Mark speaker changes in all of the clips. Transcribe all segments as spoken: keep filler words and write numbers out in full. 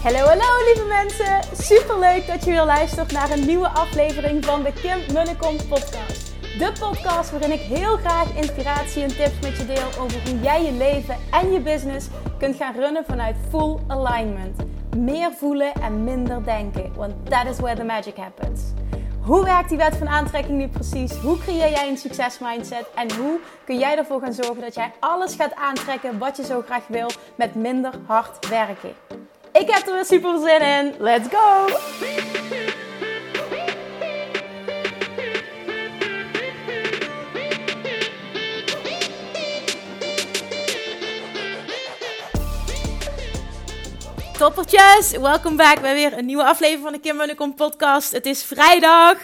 Speaker 1: Hallo, hallo lieve mensen. Superleuk dat je weer luistert naar een nieuwe aflevering van de Kim Munnekom podcast. De podcast waarin ik heel graag inspiratie en tips met je deel over hoe jij je leven en je business kunt gaan runnen vanuit full alignment. Meer voelen en minder denken, want that is where the magic happens. Hoe werkt die wet van aantrekking nu precies? Hoe creëer jij een succesmindset? En hoe kun jij ervoor gaan zorgen dat jij alles gaat aantrekken wat je zo graag wil met minder hard werken? Ik heb er weer super zin in. Let's go! Toppertjes, welkom back bij weer een nieuwe aflevering van de Kim Munnekom podcast. Het is vrijdag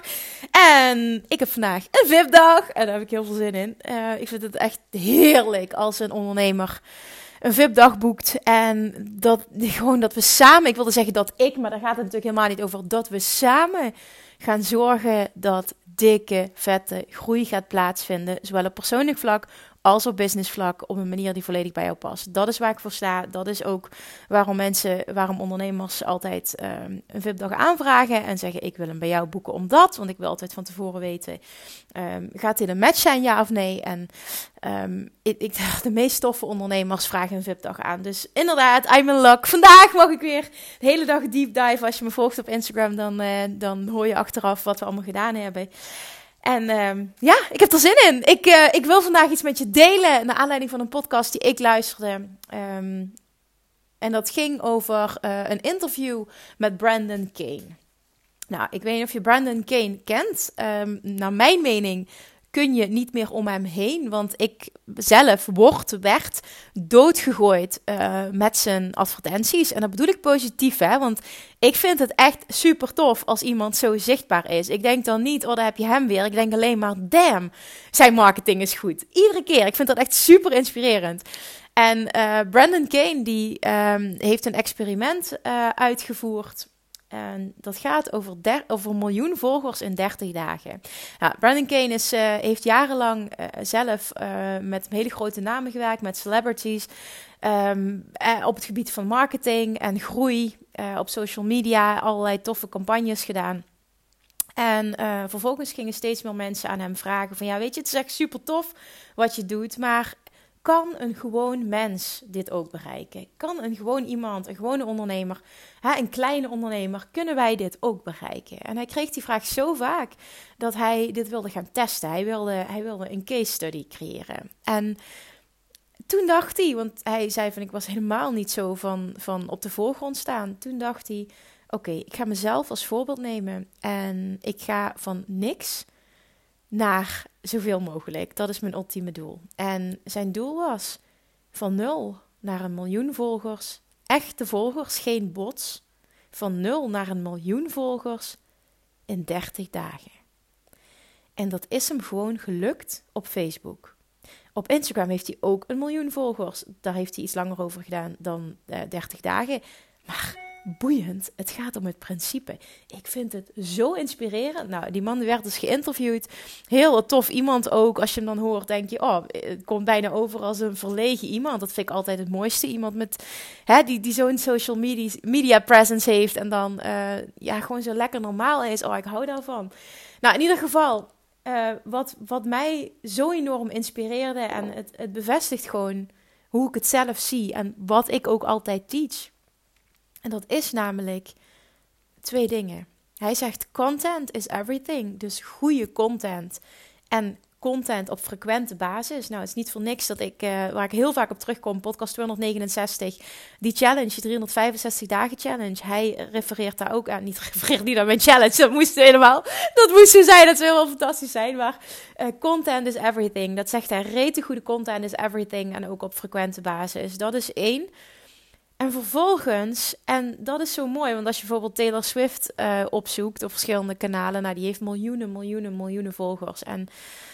Speaker 1: en ik heb vandaag een V I P-dag en daar heb ik heel veel zin in. Uh, ik vind het echt heerlijk als een ondernemer een V I P-dag boekt en dat gewoon dat we samen, ik wilde zeggen dat ik, maar daar gaat het natuurlijk helemaal niet over, dat we samen gaan zorgen dat dikke, vette groei gaat plaatsvinden, zowel op persoonlijk vlak als op business vlak, op een manier die volledig bij jou past. Dat is waar ik voor sta. Dat is ook waarom mensen, waarom ondernemers altijd um, een V I P-dag aanvragen en zeggen ik wil hem bij jou boeken omdat, want ik wil altijd van tevoren weten, um, gaat dit een match zijn, ja of nee? En um, ik, ik, de meest toffe ondernemers vragen een V I P-dag aan. Dus inderdaad, I'm in luck. Vandaag mag ik weer de hele dag deep dive. Als je me volgt op Instagram, dan, uh, dan hoor je achteraf wat we allemaal gedaan hebben. En um, ja, ik heb er zin in. Ik, uh, ik wil vandaag iets met je delen naar aanleiding van een podcast die ik luisterde. Um, en dat ging over uh, een interview met Brandon Kane. Nou, ik weet niet of je Brandon Kane kent. Um, naar mijn mening kun je niet meer om hem heen. Want ik zelf word, werd doodgegooid uh, met zijn advertenties. En dat bedoel ik positief, hè. Want ik vind het echt super tof als iemand zo zichtbaar is. Ik denk dan niet, oh, daar heb je hem weer. Ik denk alleen maar, damn, zijn marketing is goed. Iedere keer. Ik vind dat echt super inspirerend. En uh, Brandon Kane, die um, heeft een experiment uh, uitgevoerd. En dat gaat over, der, over een miljoen volgers in dertig dagen. Nou, Brandon Kane is, uh, heeft jarenlang uh, zelf uh, met hele grote namen gewerkt, met celebrities. Um, uh, op het gebied van marketing en groei. Uh, op social media allerlei toffe campagnes gedaan. En uh, vervolgens gingen steeds meer mensen aan hem vragen van ja, weet je, het is echt super tof wat je doet, maar kan een gewoon mens dit ook bereiken? Kan een gewoon iemand, een gewone ondernemer, hè, een kleine ondernemer, kunnen wij dit ook bereiken? En hij kreeg die vraag zo vaak dat hij dit wilde gaan testen. Hij wilde, hij wilde een case study creëren. En toen dacht hij, want hij zei van ik was helemaal niet zo van, van op de voorgrond staan. Toen dacht hij, oké, okay, ik ga mezelf als voorbeeld nemen en ik ga van niks naar zoveel mogelijk. Dat is mijn ultieme doel. En zijn doel was van nul naar een miljoen volgers. Echte volgers, geen bots. Van nul naar een miljoen volgers in dertig dagen. En dat is hem gewoon gelukt op Facebook. Op Instagram heeft hij ook een miljoen volgers. Daar heeft hij iets langer over gedaan dan uh, dertig dagen. Maar boeiend, het gaat om het principe. Ik vind het zo inspirerend. Nou, die man werd dus geïnterviewd. Heel tof iemand ook. Als je hem dan hoort, denk je, oh, het komt bijna over als een verlegen iemand. Dat vind ik altijd het mooiste. Iemand met, hè, die, die zo'n social media, media presence heeft en dan uh, ja, gewoon zo lekker normaal is. Oh, ik hou daarvan. Nou, in ieder geval, uh, wat, wat mij zo enorm inspireerde en het, het bevestigt gewoon hoe ik het zelf zie en wat ik ook altijd teach. En dat is namelijk twee dingen. Hij zegt content is everything. Dus goede content. En content op frequente basis. Nou, het is niet voor niks dat ik, uh, waar ik heel vaak op terugkom, podcast tweehonderdnegenenzestig, die challenge, die driehonderdvijfenzestig dagen challenge. Hij refereert daar ook aan. Niet refereert niet aan mijn challenge, dat moest helemaal, dat moest zo zijn, dat zou heel fantastisch zijn. Maar uh, content is everything. Dat zegt hij, rete goede content is everything. En ook op frequente basis. Dat is één. En vervolgens, en dat is zo mooi, want als je bijvoorbeeld Taylor Swift uh, opzoekt op verschillende kanalen, nou die heeft miljoenen, miljoenen, miljoenen volgers. En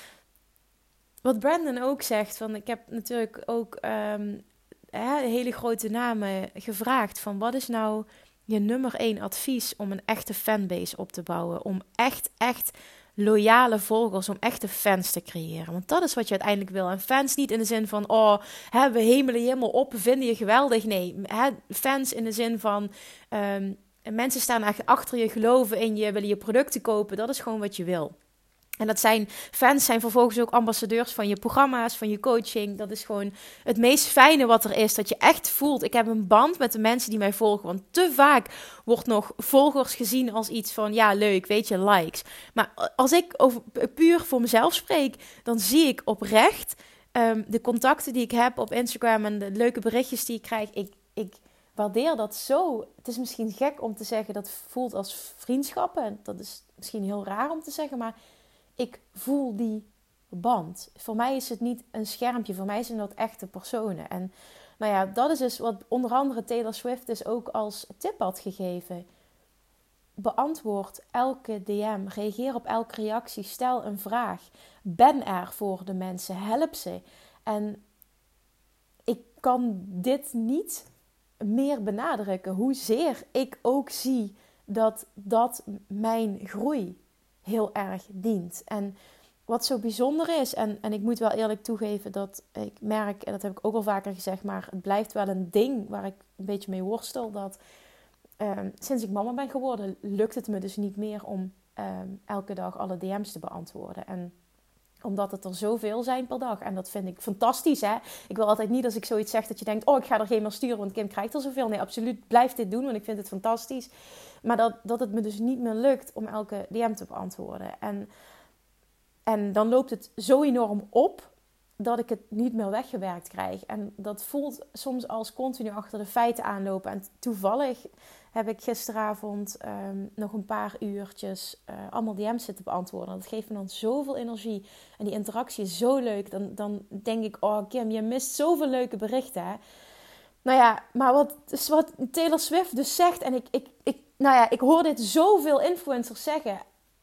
Speaker 1: wat Brandon ook zegt, van ik heb natuurlijk ook um, hè, hele grote namen gevraagd van wat is nou je nummer één advies om een echte fanbase op te bouwen, om echt, echt loyale volgers, om echte fans te creëren. Want dat is wat je uiteindelijk wil. En fans niet in de zin van, oh, hè, we hemelen je helemaal op, we vinden je geweldig. Nee, hè, fans in de zin van, um, mensen staan echt achter je, geloven in je, willen je producten kopen. Dat is gewoon wat je wil. En dat zijn, fans zijn vervolgens ook ambassadeurs van je programma's, van je coaching. Dat is gewoon het meest fijne wat er is. Dat je echt voelt, ik heb een band met de mensen die mij volgen. Want te vaak wordt nog volgers gezien als iets van, ja leuk, weet je, likes. Maar als ik over, puur voor mezelf spreek, dan zie ik oprecht um, de contacten die ik heb op Instagram en de leuke berichtjes die ik krijg. Ik, ik waardeer dat zo. Het is misschien gek om te zeggen, dat voelt als vriendschappen. Dat is misschien heel raar om te zeggen, maar ik voel die band. Voor mij is het niet een schermpje. Voor mij zijn dat echte personen. En nou ja, dat is dus wat onder andere Taylor Swift dus ook als tip had gegeven. Beantwoord elke D M. Reageer op elke reactie. Stel een vraag. Ben er voor de mensen. Help ze. En ik kan dit niet meer benadrukken. Hoezeer ik ook zie dat dat mijn groei heel erg dient. En wat zo bijzonder is, en, en ik moet wel eerlijk toegeven dat ik merk, en dat heb ik ook al vaker gezegd, maar het blijft wel een ding waar ik een beetje mee worstel, dat um, sinds ik mama ben geworden, lukt het me dus niet meer om um, elke dag alle D M's te beantwoorden. En omdat het er zoveel zijn per dag. En dat vind ik fantastisch, hè. Ik wil altijd niet als ik zoiets zeg dat je denkt, oh, ik ga er geen meer sturen, want Kim krijgt er zoveel. Nee, absoluut, blijf dit doen, want ik vind het fantastisch. Maar dat, dat het me dus niet meer lukt om elke D M te beantwoorden. En, en dan loopt het zo enorm op dat ik het niet meer weggewerkt krijg. En dat voelt soms als continu achter de feiten aanlopen. En toevallig heb ik gisteravond um, nog een paar uurtjes uh, allemaal D M's zitten beantwoorden. Dat geeft me dan zoveel energie. En die interactie is zo leuk. Dan, dan denk ik, oh Kim, je mist zoveel leuke berichten, hè? Nou ja, maar wat, dus wat Taylor Swift dus zegt, en ik, ik, ik, nou ja, ik hoor dit zoveel influencers zeggen.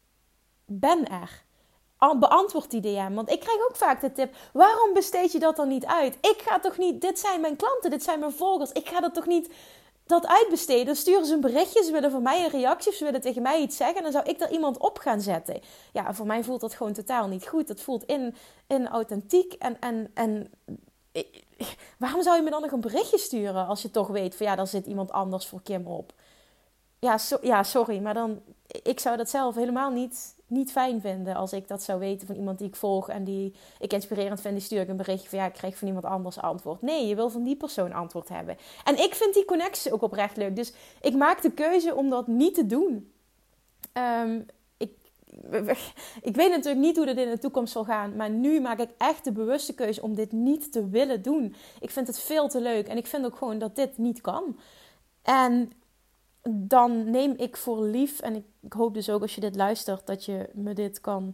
Speaker 1: Ben er. Beantwoord die D M. Want ik krijg ook vaak de tip, waarom besteed je dat dan niet uit? Ik ga toch niet, dit zijn mijn klanten, dit zijn mijn volgers. Ik ga dat toch niet dat uitbesteden. Dan sturen ze een berichtje, ze willen van mij een reactie, ze willen tegen mij iets zeggen. En dan zou ik daar iemand op gaan zetten. Ja, voor mij voelt dat gewoon totaal niet goed. Dat voelt in, in authentiek. En, en, en waarom zou je me dan nog een berichtje sturen als je toch weet van ja, daar zit iemand anders voor Kim op? Ja, so, ja, sorry, maar dan, ik zou dat zelf helemaal niet, niet fijn vinden als ik dat zou weten van iemand die ik volg en die ik inspirerend vind. Die stuur ik een berichtje van ja, ik krijg van iemand anders antwoord. Nee, je wil van die persoon antwoord hebben. En ik vind die connecties ook oprecht leuk. Dus ik maak de keuze om dat niet te doen. Um, ik, ik weet natuurlijk niet hoe dat in de toekomst zal gaan, maar nu maak ik echt de bewuste keuze om dit niet te willen doen. Ik vind het veel te leuk en ik vind ook gewoon dat dit niet kan. En dan neem ik voor lief, en ik, ik hoop dus ook als je dit luistert, dat je me dit kan,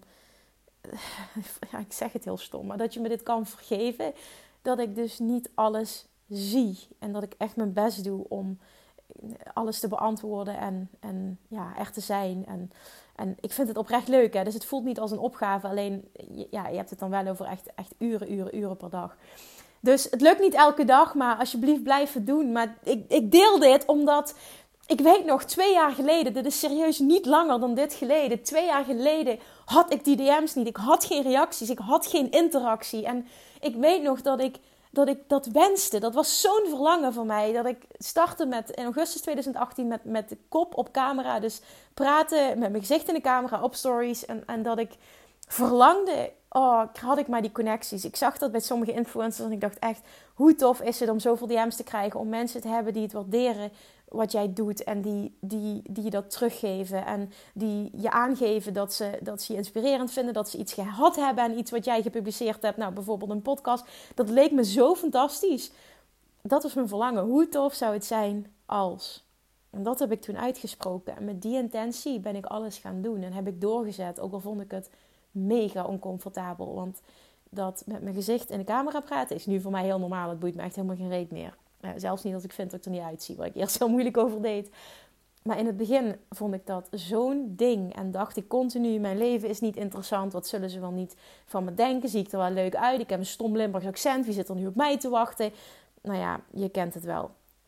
Speaker 1: ja, ik zeg het heel stom, maar dat je me dit kan vergeven, dat ik dus niet alles zie. En dat ik echt mijn best doe om alles te beantwoorden en, en ja, er te zijn. En, en ik vind het oprecht leuk, hè? Dus het voelt niet als een opgave, alleen ja, je hebt het dan wel over echt, echt uren, uren, uren per dag. Dus het lukt niet elke dag, maar alsjeblieft blijf het doen. Maar ik, ik deel dit omdat ik weet nog, twee jaar geleden, dit is serieus niet langer dan dit geleden. Twee jaar geleden had ik die D M's niet. Ik had geen reacties, ik had geen interactie. En ik weet nog dat ik dat, ik dat wenste. Dat was zo'n verlangen van mij. Dat ik startte met, in augustus tweeduizend achttien met, met de kop op camera. Dus praten met mijn gezicht in de camera op stories. En, en dat ik verlangde, oh, had ik maar die connecties. Ik zag dat bij sommige influencers en ik dacht echt, hoe tof is het om zoveel D M's te krijgen. Om mensen te hebben die het waarderen wat jij doet en die, die, die je dat teruggeven en die je aangeven dat ze, dat ze je inspirerend vinden, dat ze iets gehad hebben en iets wat jij gepubliceerd hebt, nou bijvoorbeeld een podcast, dat leek me zo fantastisch. Dat was mijn verlangen. Hoe tof zou het zijn als? En dat heb ik toen uitgesproken en met die intentie ben ik alles gaan doen en heb ik doorgezet, ook al vond ik het mega oncomfortabel, want dat met mijn gezicht in de camera praten is nu voor mij heel normaal, het boeit me echt helemaal geen reet meer. Uh, zelfs niet als ik vind dat ik er niet uitzie, waar ik eerst heel moeilijk over deed. Maar in het begin vond ik dat zo'n ding. En dacht ik continu, mijn leven is niet interessant. Wat zullen ze wel niet van me denken? Zie ik er wel leuk uit? Ik heb een stom Limburgs accent. Wie zit er nu op mij te wachten? Nou ja, je kent het wel.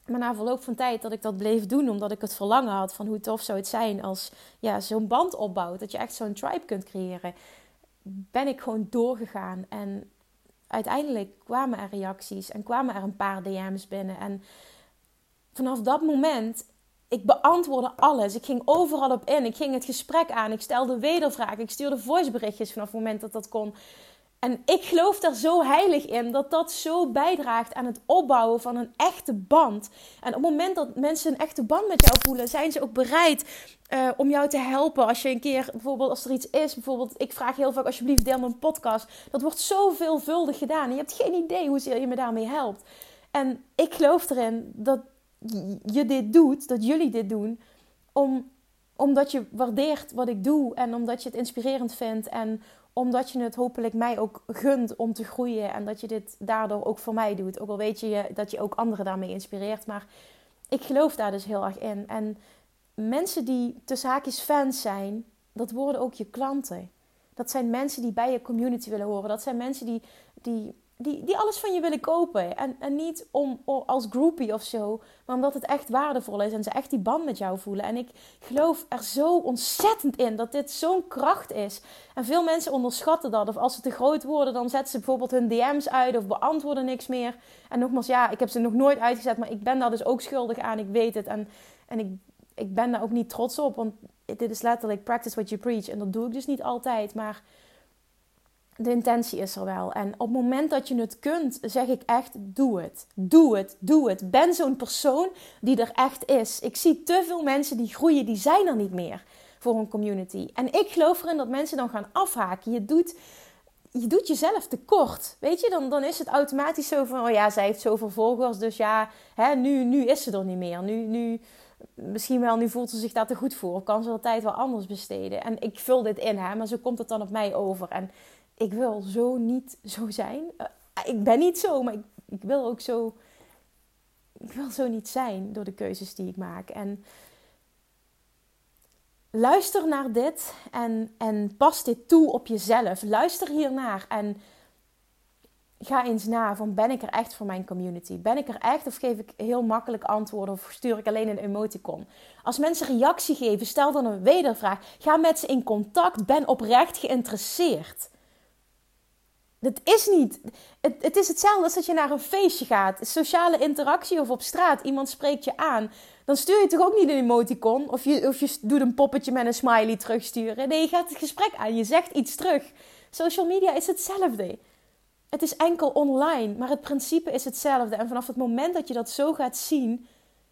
Speaker 1: Maar na verloop van tijd dat ik dat bleef doen, omdat ik het verlangen had van hoe tof zou het zijn als ja, zo'n band opbouwt, dat je echt zo'n tribe kunt creëren, ben ik gewoon doorgegaan. En uiteindelijk kwamen er reacties en kwamen er een paar D M's binnen. En vanaf dat moment, ik beantwoordde alles. Ik ging overal op in. Ik ging het gesprek aan. Ik stelde wedervragen. Ik stuurde voiceberichtjes vanaf het moment dat dat kon. En ik geloof daar zo heilig in dat dat zo bijdraagt aan het opbouwen van een echte band. En op het moment dat mensen een echte band met jou voelen, zijn ze ook bereid uh, om jou te helpen. Als je een keer, bijvoorbeeld als er iets is, bijvoorbeeld ik vraag heel vaak alsjeblieft deel mijn podcast. Dat wordt zo veelvuldig gedaan en je hebt geen idee hoezeer je me daarmee helpt. En ik geloof erin dat je dit doet, dat jullie dit doen, om, omdat je waardeert wat ik doe en omdat je het inspirerend vindt en omdat je het hopelijk mij ook gunt om te groeien. En dat je dit daardoor ook voor mij doet. Ook al weet je dat je ook anderen daarmee inspireert. Maar ik geloof daar dus heel erg in. En mensen die tussen haakjes fans zijn, dat worden ook je klanten. Dat zijn mensen die bij je community willen horen. Dat zijn mensen die, die, die, die alles van je willen kopen. En, en niet om, om als groupie of zo, maar omdat het echt waardevol is en ze echt die band met jou voelen. En ik geloof er zo ontzettend in dat dit zo'n kracht is. En veel mensen onderschatten dat. Of als ze te groot worden, dan zetten ze bijvoorbeeld hun D M's uit of beantwoorden niks meer. En nogmaals, ja, ik heb ze nog nooit uitgezet, maar ik ben daar dus ook schuldig aan. Ik weet het. En, en ik, ik ben daar ook niet trots op, want dit is letterlijk practice what you preach. En dat doe ik dus niet altijd, maar de intentie is er wel. En op het moment dat je het kunt, zeg ik echt, doe het. Doe het, doe het. Ben zo'n persoon die er echt is. Ik zie te veel mensen die groeien, die zijn er niet meer voor een community. En ik geloof erin dat mensen dan gaan afhaken. Je doet, je doet jezelf tekort. Weet je, dan, dan is het automatisch zo van, oh ja, zij heeft zoveel volgers, dus ja, hè, nu, nu is ze er niet meer. Nu, nu, misschien wel, nu voelt ze zich daar te goed voor. Of kan ze de tijd wel anders besteden. En ik vul dit in, hè, maar zo komt het dan op mij over. En ik wil zo niet zo zijn. Uh, ik ben niet zo, maar ik, ik wil ook zo... Ik wil zo niet zijn door de keuzes die ik maak. En luister naar dit en, en pas dit toe op jezelf. Luister hiernaar en ga eens na van, ben ik er echt voor mijn community? Ben ik er echt of geef ik heel makkelijk antwoorden of stuur ik alleen een emoticon? Als mensen reactie geven, stel dan een wedervraag. Ga met ze in contact, ben oprecht geïnteresseerd. Het is niet. Het, het is hetzelfde als dat je naar een feestje gaat. Sociale interactie of op straat. Iemand spreekt je aan. Dan stuur je toch ook niet een emoticon. Of je, of je doet een poppetje met een smiley terugsturen. Nee, je gaat het gesprek aan. Je zegt iets terug. Social media is hetzelfde. Het is enkel online. Maar het principe is hetzelfde. En vanaf het moment dat je dat zo gaat zien,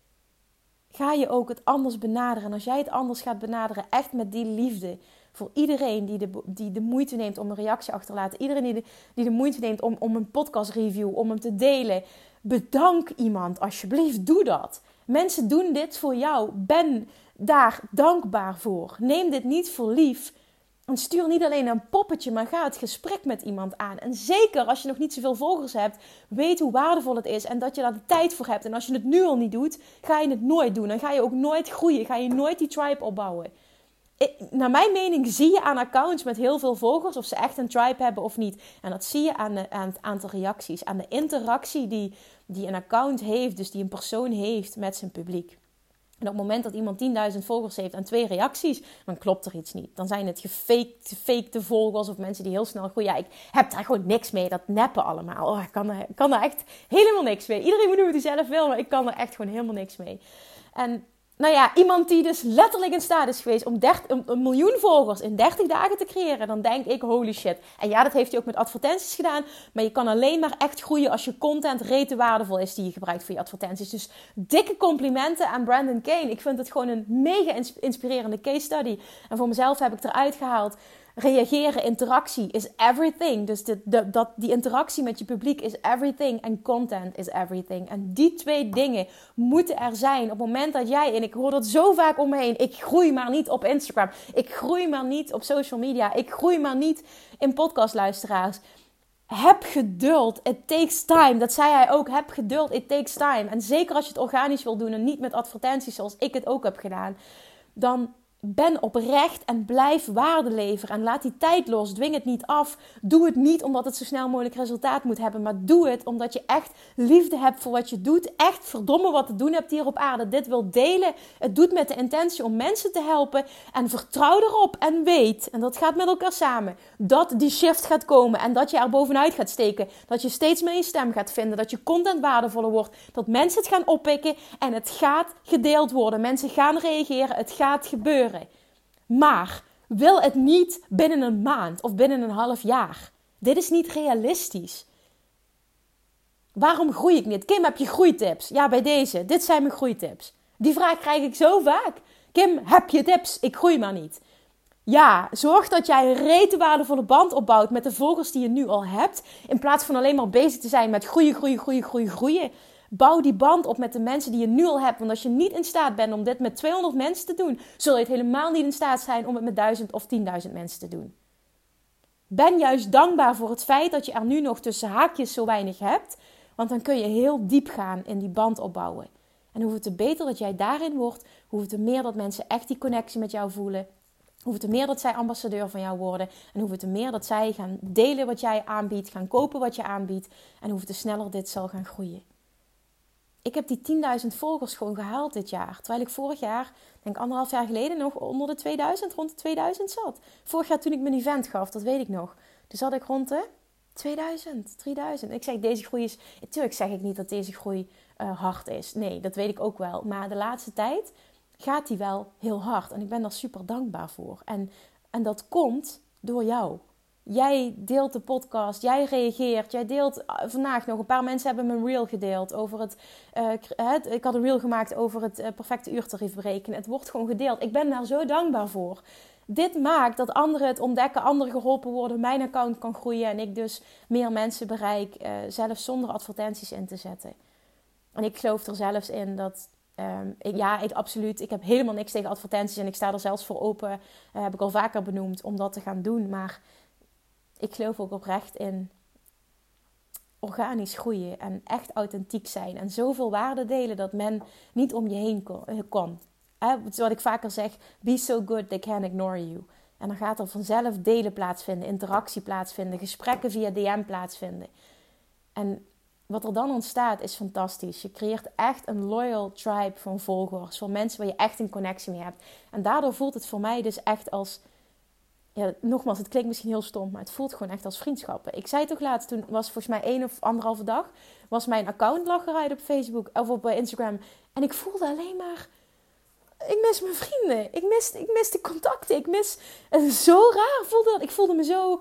Speaker 1: ga je ook het anders benaderen. En als jij het anders gaat benaderen, echt met die liefde, voor iedereen die de, die de moeite neemt om een reactie achter te laten. Iedereen die de, die de moeite neemt om, om een podcast review, om hem te delen. Bedank iemand, alsjeblieft, doe dat. Mensen doen dit voor jou. Ben daar dankbaar voor. Neem dit niet voor lief. En stuur niet alleen een poppetje, maar ga het gesprek met iemand aan. En zeker als je nog niet zoveel volgers hebt, weet hoe waardevol het is en dat je daar de tijd voor hebt. En als je het nu al niet doet, ga je het nooit doen. Dan ga je ook nooit groeien. Ga je nooit die tribe opbouwen. Ik, naar mijn mening zie je aan accounts met heel veel volgers of ze echt een tribe hebben of niet. En dat zie je aan, de, aan het aantal reacties. Aan de interactie die, die een account heeft, dus die een persoon heeft met zijn publiek. En op het moment dat iemand tienduizend volgers heeft en twee reacties, dan klopt er iets niet. Dan zijn het gefaked, gefakte volgers of mensen die heel snel groeien. Ja, ik heb daar gewoon niks mee. Dat neppen allemaal. Oh, ik kan er, ik kan er echt helemaal niks mee. Iedereen moet doen wat hij zelf wil, maar ik kan er echt gewoon helemaal niks mee. En nou ja, iemand die dus letterlijk in staat is geweest om, dertig, om een miljoen volgers in dertig dagen te creëren, dan denk ik, holy shit. En ja, dat heeft hij ook met advertenties gedaan, maar je kan alleen maar echt groeien als je content rete waardevol is die je gebruikt voor je advertenties. Dus dikke complimenten aan Brandon Kane. Ik vind het gewoon een mega inspirerende case study. En voor mezelf heb ik eruit gehaald, reageren, interactie is everything. Dus de, de, dat, die interactie met je publiek is everything. En content is everything. En die twee dingen moeten er zijn. Op het moment dat jij, en ik hoor dat zo vaak om me heen, ik groei maar niet op Instagram. Ik groei maar niet op social media. Ik groei maar niet in podcastluisteraars. Heb geduld. It takes time. Dat zei hij ook. Heb geduld. It takes time. En zeker als je het organisch wil doen en niet met advertenties zoals ik het ook heb gedaan. Dan ben oprecht en blijf waarde leveren. En laat die tijd los. Dwing het niet af. Doe het niet omdat het zo snel mogelijk resultaat moet hebben. Maar doe het omdat je echt liefde hebt voor wat je doet. Echt verdomme wat te doen hebt hier op aarde. Dit wil delen. Het doet met de intentie om mensen te helpen. En vertrouw erop en weet, en dat gaat met elkaar samen, dat die shift gaat komen. En dat je er bovenuit gaat steken. Dat je steeds meer je stem gaat vinden. Dat je content waardevoller wordt. Dat mensen het gaan oppikken. En het gaat gedeeld worden. Mensen gaan reageren. Het gaat gebeuren. Maar wil het niet binnen een maand of binnen een half jaar. Dit is niet realistisch. Waarom groei ik niet? Kim, heb je groeitips? Ja, bij deze. Dit zijn mijn groeitips. Die vraag krijg ik zo vaak. Kim, heb je tips? Ik groei maar niet. Ja, zorg dat jij een rete waardevolle band opbouwt met de volgers die je nu al hebt. In plaats van alleen maar bezig te zijn met groeien, groeien, groeien, groeien, groeien. Bouw die band op met de mensen die je nu al hebt. Want als je niet in staat bent om dit met tweehonderd mensen te doen, zul je het helemaal niet in staat zijn om het met duizend of tienduizend mensen te doen. Ben juist dankbaar voor het feit dat je er nu nog tussen haakjes zo weinig hebt. Want dan kun je heel diep gaan in die band opbouwen. En hoe te beter dat jij daarin wordt, hoe te meer dat mensen echt die connectie met jou voelen. Hoe te meer dat zij ambassadeur van jou worden. En hoe te meer dat zij gaan delen wat jij aanbiedt, gaan kopen wat je aanbiedt. En hoe te sneller dit zal gaan groeien. Ik heb die tienduizend volgers gewoon gehaald dit jaar. Terwijl ik vorig jaar, denk anderhalf jaar geleden, nog onder de tweeduizend, rond de tweeduizend zat. Vorig jaar toen ik mijn event gaf, dat weet ik nog. Toen zat ik rond de tweeduizend, drieduizend. Ik zeg, deze groei is... Natuurlijk zeg ik niet dat deze groei uh, hard is. Nee, dat weet ik ook wel. Maar de laatste tijd gaat die wel heel hard. En ik ben daar super dankbaar voor. En, en dat komt door jou. Jij deelt de podcast, jij reageert, jij deelt vandaag nog, een paar mensen hebben mijn reel gedeeld over het, uh, het ik had een reel gemaakt over het uh, perfecte uurtarief berekenen. Het wordt gewoon gedeeld. Ik ben daar zo dankbaar voor. Dit maakt dat anderen het ontdekken, anderen geholpen worden, mijn account kan groeien en ik dus meer mensen bereik, uh, zelfs zonder advertenties in te zetten. En ik geloof er zelfs in dat, um, ik, ja, ik absoluut, ik heb helemaal niks tegen advertenties en ik sta er zelfs voor open, uh, heb ik al vaker benoemd, om dat te gaan doen, maar ik geloof ook oprecht in organisch groeien en echt authentiek zijn. En zoveel waarde delen dat men niet om je heen kan. Eh, wat ik vaker zeg, be so good they can't ignore you. En dan gaat er vanzelf delen plaatsvinden, interactie plaatsvinden, gesprekken via D M plaatsvinden. En wat er dan ontstaat is fantastisch. Je creëert echt een loyal tribe van volgers, van mensen waar je echt een connectie mee hebt. En daardoor voelt het voor mij dus echt als... Ja, nogmaals, het klinkt misschien heel stom, maar het voelt gewoon echt als vriendschappen. Ik zei toch laatst, toen was volgens mij één of anderhalve dag, was mijn account lag eruit op Facebook of op Instagram. En ik voelde alleen maar, ik mis mijn vrienden. Ik mis, ik mis de contacten. Ik mis, het is zo raar voelde dat. Ik voelde me zo,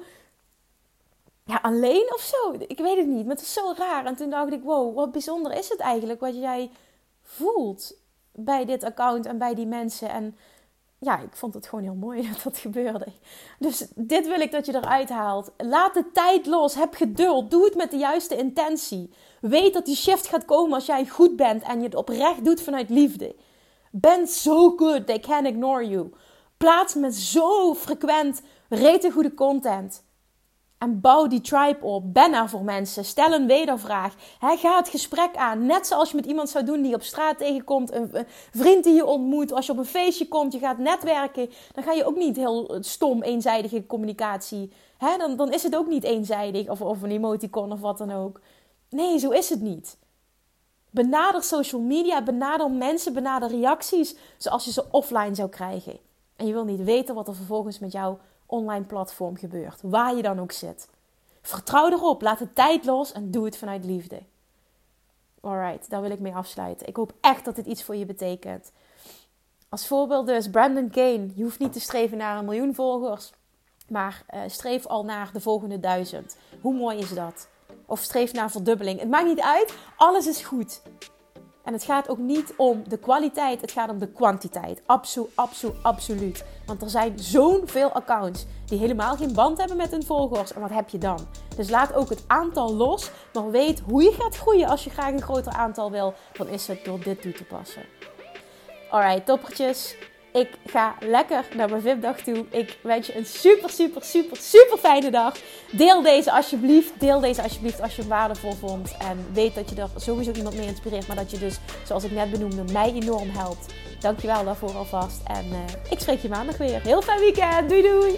Speaker 1: ja, alleen of zo. Ik weet het niet, maar het is zo raar. En toen dacht ik, wow, wat bijzonder is het eigenlijk wat jij voelt bij dit account en bij die mensen. En ja, ik vond het gewoon heel mooi dat dat gebeurde. Dus dit wil ik dat je eruit haalt. Laat de tijd los. Heb geduld. Doe het met de juiste intentie. Weet dat die shift gaat komen als jij goed bent en je het oprecht doet vanuit liefde. Ben so good, they can't ignore you. Plaats met zo frequent rete goede content. En bouw die tribe op. Ben er voor mensen. Stel een wedervraag. He, ga het gesprek aan. Net zoals je met iemand zou doen die je op straat tegenkomt. Een, een vriend die je ontmoet. Als je op een feestje komt. Je gaat netwerken. Dan ga je ook niet heel stom eenzijdige communicatie. He, dan, dan is het ook niet eenzijdig. Of, of een emoticon of wat dan ook. Nee, zo is het niet. Benader social media. Benader mensen. Benader reacties. Zoals je ze offline zou krijgen. En je wil niet weten wat er vervolgens met jou online platform gebeurt. Waar je dan ook zit. Vertrouw erop. Laat de tijd los en doe het vanuit liefde. Alright, daar wil ik mee afsluiten. Ik hoop echt dat dit iets voor je betekent. Als voorbeeld dus Brandon Kane. Je hoeft niet te streven naar een miljoen volgers. Maar uh, streef al naar de volgende duizend. Hoe mooi is dat? Of streef naar verdubbeling. Het maakt niet uit. Alles is goed. En het gaat ook niet om de kwaliteit, het gaat om de kwantiteit. Absoluut, absoluut, absoluut. Want er zijn zo'n veel accounts die helemaal geen band hebben met hun volgers. En wat heb je dan? Dus laat ook het aantal los, maar weet hoe je gaat groeien als je graag een groter aantal wil. Dan is het door dit toe te passen. Alright, toppertjes. Ik ga lekker naar mijn V I P-dag toe. Ik wens je een super, super, super, super fijne dag. Deel deze alsjeblieft. Deel deze alsjeblieft als je hem waardevol vond. En weet dat je er sowieso iemand mee inspireert. Maar dat je dus, zoals ik net benoemde, mij enorm helpt. dankjewel daarvoor alvast. En uh, ik spreek je maandag weer. Heel fijn weekend. Doei doei.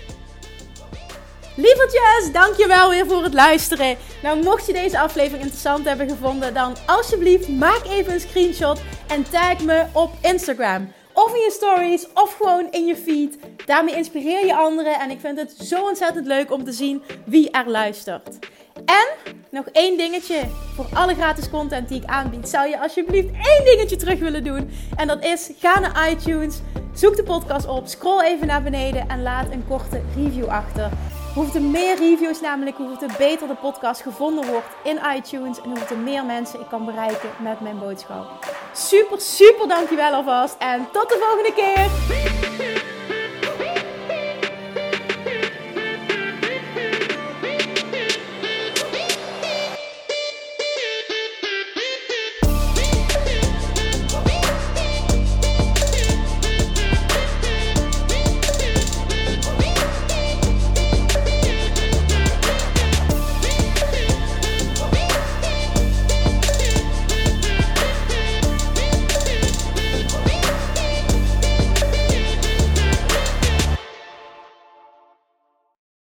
Speaker 1: Lievertjes, dankjewel weer voor het luisteren. Nou, mocht je deze aflevering interessant hebben gevonden, dan alsjeblieft maak even een screenshot en tag me op Instagram. Of in je stories, of gewoon in je feed. Daarmee inspireer je anderen en ik vind het zo ontzettend leuk om te zien wie er luistert. En nog één dingetje voor alle gratis content die ik aanbied. Zou je alsjeblieft één dingetje terug willen doen? En dat is, ga naar iTunes, zoek de podcast op, scroll even naar beneden en laat een korte review achter. Hoeveel meer reviews namelijk, hoeveel beter de podcast gevonden wordt in iTunes. En hoeveel meer mensen ik kan bereiken met mijn boodschap. Super, super dankjewel alvast. En tot de volgende keer.